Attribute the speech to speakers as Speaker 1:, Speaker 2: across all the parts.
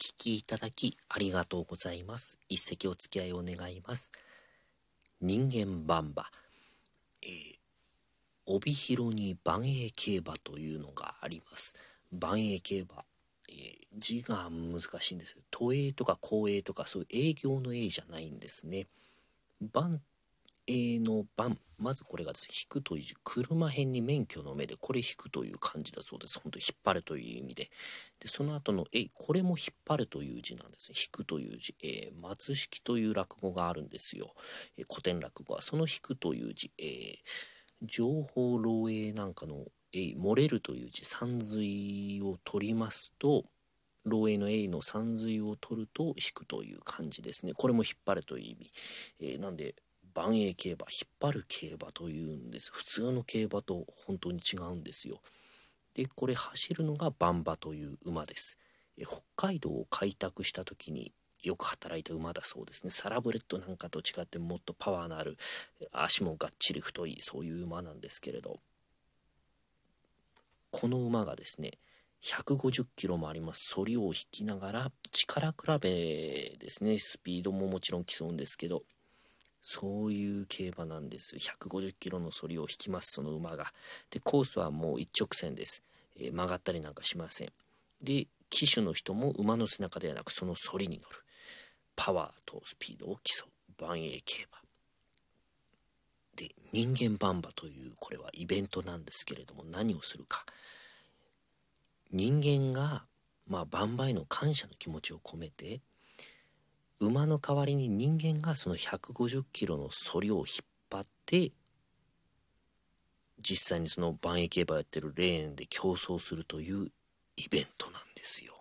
Speaker 1: 聞きいただきありがとうございます。一席お付き合いを願います。人間バンバ、帯広に万栄競馬というのがあります。万栄競馬、字が難しいんですよ。都営とか公営とかそういう営業の営じゃないんですね。万の番、まずこれがですね、引くという字、車編に免許の目で、これ引くという漢字だそうです。本当に引っ張るという意味で。で、その後のこれも引っ張るという字なんですね。引くという字。松式という落語があるんですよ。古典落語は。その引くという字、情報漏洩なんかの、漏れるという字、山水を取りますと、漏洩のの山水を取ると引くという漢字ですね。これも引っ張るという意味。なんで、万栄競馬、引っ張る競馬というんです。普通の競馬と本当に違うんですよ。で、これ走るのがバンバという馬です。北海道を開拓した時によく働いた馬だそうですね。サラブレッドなんかと違ってもっとパワーのある、足もがっちり太い、そういう馬なんですけれど、この馬がですね、150キロもあります反りを引きながら力比べですね。スピードももちろん競うんですけど、そういう競馬なんです。150キロの反りを引きます、その馬が。で、コースはもう一直線です。曲がったりなんかしません。で、騎手の人も馬の背中ではなくその反りに乗る。パワーとスピードを競う万栄競馬。で、人間バンバというこれはイベントなんですけれども、何をするか。人間が、バンバへの感謝の気持ちを込めて、馬の代わりに人間がその150キロの反りを引っ張って、実際にその万栄競馬やってるレーンで競争するというイベントなんですよ。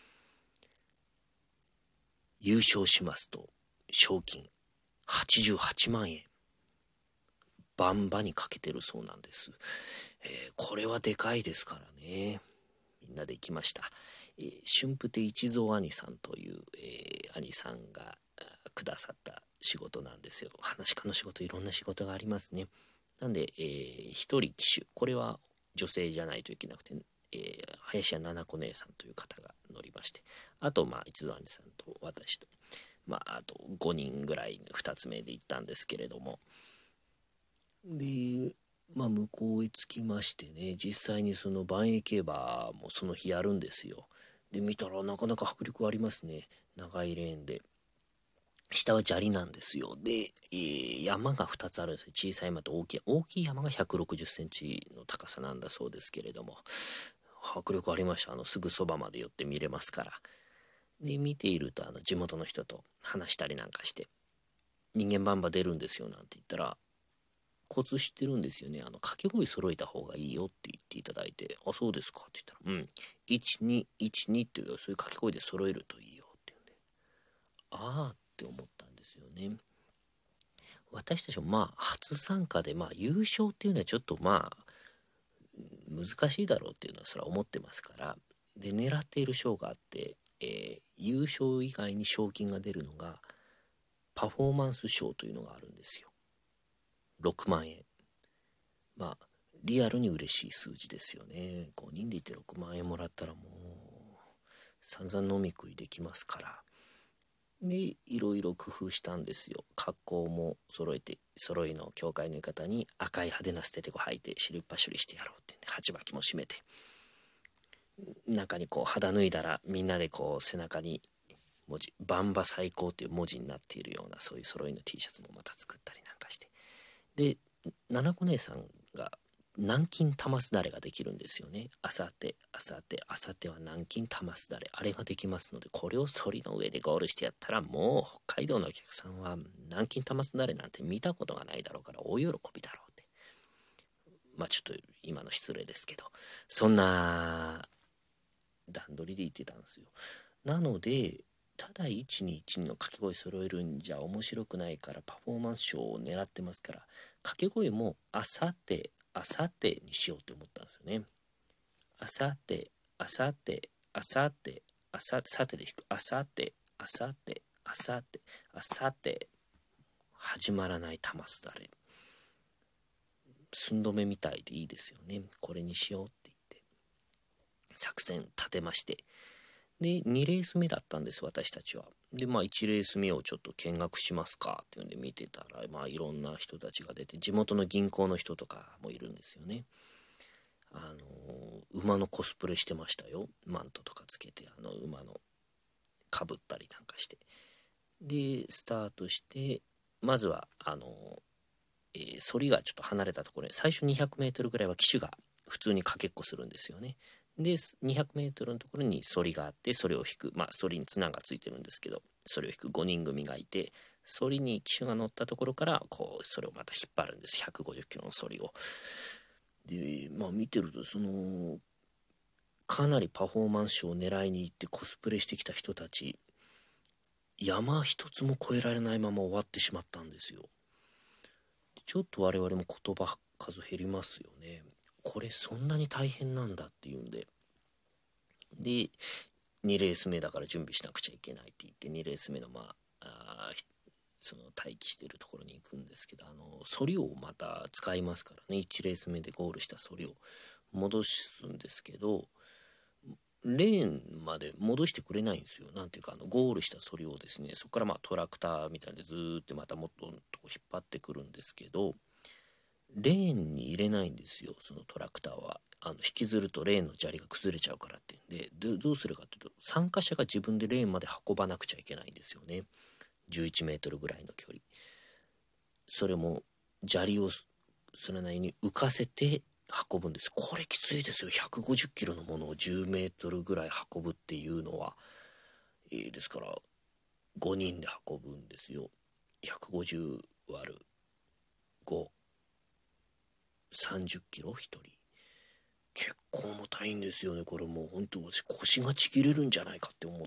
Speaker 1: 優勝しますと賞金88万円バンバにかけてるそうなんです。これはでかいですからね。みんなで行きました。春風亭一蔵兄さんという、兄さんがくださった仕事なんですよ。話し家の仕事、いろんな仕事がありますね。なんで、一人騎手、これは女性じゃないといけなくて、林家七子姉さんという方が乗りまして、あと、一蔵兄さんと私と、あと5人ぐらい2つ目で行ったんですけれども、で、向こうへ着きましてね、実際にその万栄競馬もその日やるんですよ。で、見たらなかなか迫力ありますね。長いレーンで。下は砂利なんですよ。で、山が2つあるんですよ。小さい山と大きい。大きい山が160センチの高さなんだそうですけれども、迫力ありました。すぐそばまで寄って見れますから。で、見ていると、地元の人と話したりなんかして、人間バンバ出るんですよなんて言ったら、コツ知ってるんですよね。掛け声揃えた方がいいよって言っていただいて、あ、そうですかって言ったら、1212っていう、そういう掛け声で揃えるといいよって言うんで、ああって思ったんですよね。私たちも初参加で優勝っていうのはちょっと難しいだろうっていうのはそれは思ってますから、で狙っている賞があって、優勝以外に賞金が出るのがパフォーマンス賞というのがあるんですよ。6万円。リアルに嬉しい数字ですよね。5人でいて6万円もらったらもう散々飲み食いできますから。で、いろいろ工夫したんですよ。格好も揃いの教会の浴衣に赤い派手な捨ててこ履いて尻っ走りしてやろうってね、鉢巻きも締めて、中に肌脱いだらみんなで背中に文字、バンバ最高っていう文字になっているようなそういう揃いの T シャツもまた作ったりなんかして。で、七子姉さんが南京玉すだれができるんですよね。あさっては南京玉すだれ。あれができますので、これを反りの上でゴールしてやったら、もう北海道のお客さんは南京玉すだれなんて見たことがないだろうから大喜びだろうって。ちょっと今の失礼ですけど、そんな段取りで言ってたんですよ。なので、ただ121の掛け声揃えるんじゃ面白くないからパフォーマンス賞を狙ってますから、掛け声もあさってにしようって思ったんですよね。あさってあさってあさってさてで弾く、あさって始まらない玉すだれ、寸止めみたいでいいですよね。これにしようって言って作戦立てまして、 で2レース目だったんです、私たちは。で1レース目をちょっと見学しますかっていうんで見てたら、いろんな人たちが出て、地元の銀行の人とかもいるんですよね。馬のコスプレしてましたよ。マントとかつけて馬のかぶったりなんかして、でスタートして、まずは反りがちょっと離れたところに、最初200メートルぐらいは騎手が普通にかけっこするんですよね。で200メートルのところに反りがあって、それを引く、反りに綱がついてるんですけど、それを引く5人組がいて、反りに騎手が乗ったところからそれをまた引っ張るんです、150キロの反りを。で見てると、かなりパフォーマンス賞を狙いに行ってコスプレしてきた人たち、山一つも越えられないまま終わってしまったんですよ。ちょっと我々も言葉数減りますよね。これそんなに大変なんだっていうんで、2レース目だから準備しなくちゃいけないって言って、2レース目のその待機してるところに行くんですけど、反りをまた使いますからね。1レース目でゴールした反りを戻すんですけど、レーンまで戻してくれないんですよ。なんていうか、ゴールした反りをですね、そこからトラクターみたいでずーっとまた元のとこ引っ張ってくるんですけど、レーンに入れないんですよ、そのトラクターは。引きずるとレーンの砂利が崩れちゃうからってんで、どうするかというと、参加者が自分でレーンまで運ばなくちゃいけないんですよね。11メートルぐらいの距離。それも砂利をそれなりに浮かせて運ぶんです。これきついですよ。150キロのものを10メートルぐらい運ぶっていうのは、ですから5人で運ぶんですよ。150割る5、30キロ1人。結構重たいんですよね。これもう本当私腰がちぎれるんじゃないかって思って、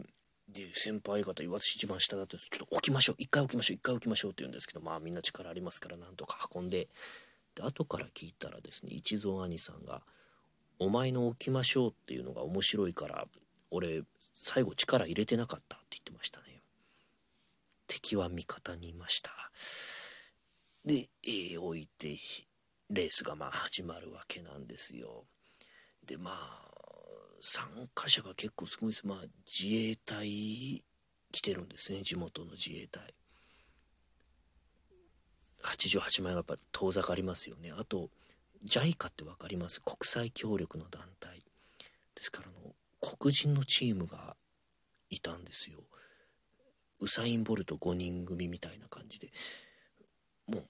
Speaker 1: で先輩方、私一番下だってちょっと置きましょう、一回置きましょう、一回置きましょうって言うんですけど、みんな力ありますからなんとか運んで、後から聞いたらですね、一蔵兄さんが「お前の置きましょうっていうのが面白いから俺最後力入れてなかった」って言ってましたね。敵は味方にいました。で、置いてレースが始まるわけなんですよ。で参加者が結構すごいです。自衛隊来てるんですね、地元の自衛隊。88万円がやっぱり遠ざかりますよね。あと JICA って分かります？国際協力の団体ですから、黒人のチームがいたんですよ。ウサイン・ボルト5人組みたいな感じで、もう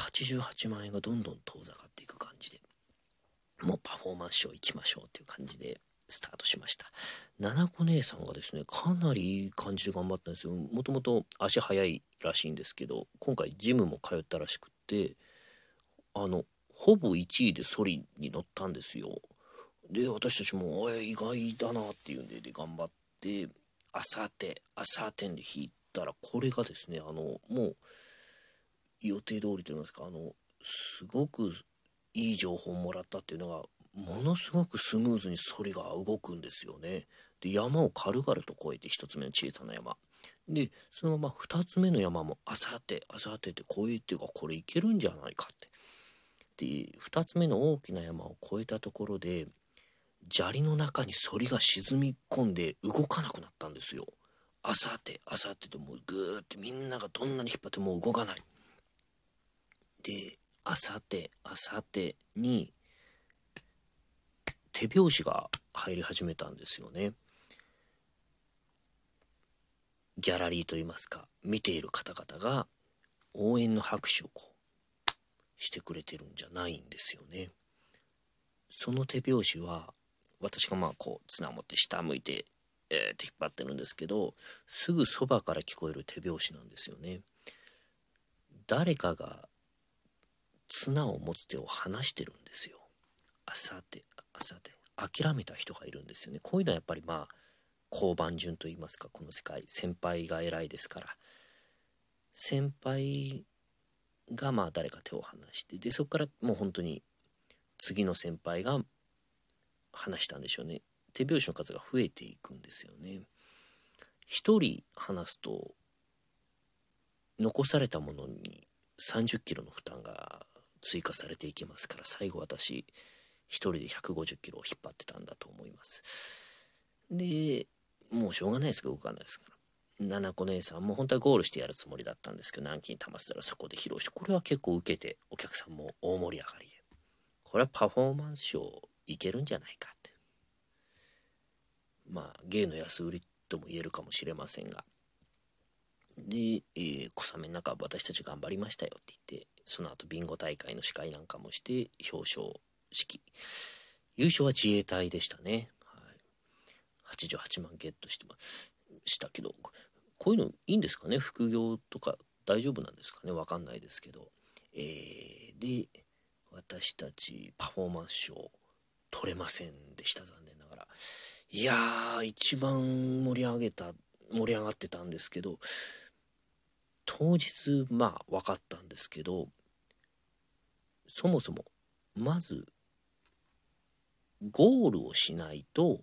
Speaker 1: 88万円がどんどん遠ざかっていく感じで、もうパフォーマンスショー行きましょうっていう感じでスタートしました。七子姉さんがですね、かなりいい感じで頑張ったんですよ。もともと足速いらしいんですけど、今回ジムも通ったらしくって、ほぼ1位でソリに乗ったんですよ。で私たちも意外だなっていうんで、頑張って朝テンで引いたら、これがですね、もう予定通りと言いますか、すごくいい情報をもらったっていうのが、ものすごくスムーズにソリが動くんですよね。で山を軽々と越えて、1つ目の小さな山で、そのまま2つ目の山もあさってって越えて、これいけるんじゃないかって。で2つ目の大きな山を越えたところで、砂利の中に反りが沈み込んで動かなくなったんですよ。あさってと、もうグーってみんながどんなに引っ張っても動かない。であさってに手拍子が入り始めたんですよね。ギャラリーといいますか、見ている方々が応援の拍手をしてくれてるんじゃないんですよね。その手拍子は、私が綱を持って下向いてって引っ張ってるんですけど、すぐそばから聞こえる手拍子なんですよね。誰かが綱を持つ手を離してるんですよ。あさって諦めた人がいるんですよね。こういうのはやっぱり交番順と言いますか、この世界先輩が偉いですから、先輩が誰か手を離して、でそこからもう本当に次の先輩が離したんでしょうね。手拍子の数が増えていくんですよね。一人離すと残されたものに30キロの負担が追加されていきますから、最後私一人で150キロを引っ張ってたんだと思います。でもうしょうがないですけど動かないですから。七子姉さんも本当はゴールしてやるつもりだったんですけど、南京玉せたらそこで披露して、これは結構受けてお客さんも大盛り上がりで、これはパフォーマンスショーいけるんじゃないかって、まあ芸の安売りとも言えるかもしれませんが、で、小雨の中私たち頑張りましたよって言って、その後ビンゴ大会の司会なんかもして表彰式、優勝は自衛隊でしたね。はい、88万ゲットしてましたけど、こういうのいいんですかね、副業とか大丈夫なんですかね、わかんないですけど、で私たちパフォーマンス賞取れませんでした、残念ながら。いやー、一番盛り上がってたんですけど、当日まあ分かったんですけど、そもそもまずゴールをしないと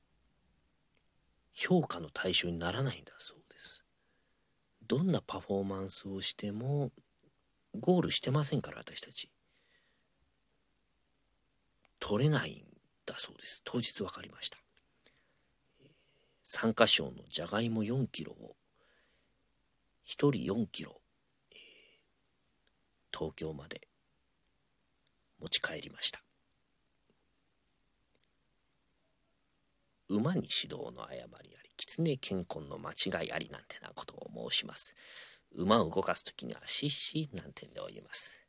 Speaker 1: 評価の対象にならないんだそうです。どんなパフォーマンスをしてもゴールしてませんから、私たち取れないんだそうです。当日分かりました。参加賞のじゃがいも4キロを1人4キロ、東京まで持ち帰りました。馬に指導の誤りあり、狐健康の間違いありなんてなことを申します。馬を動かすときにはシッシなんてんでおります。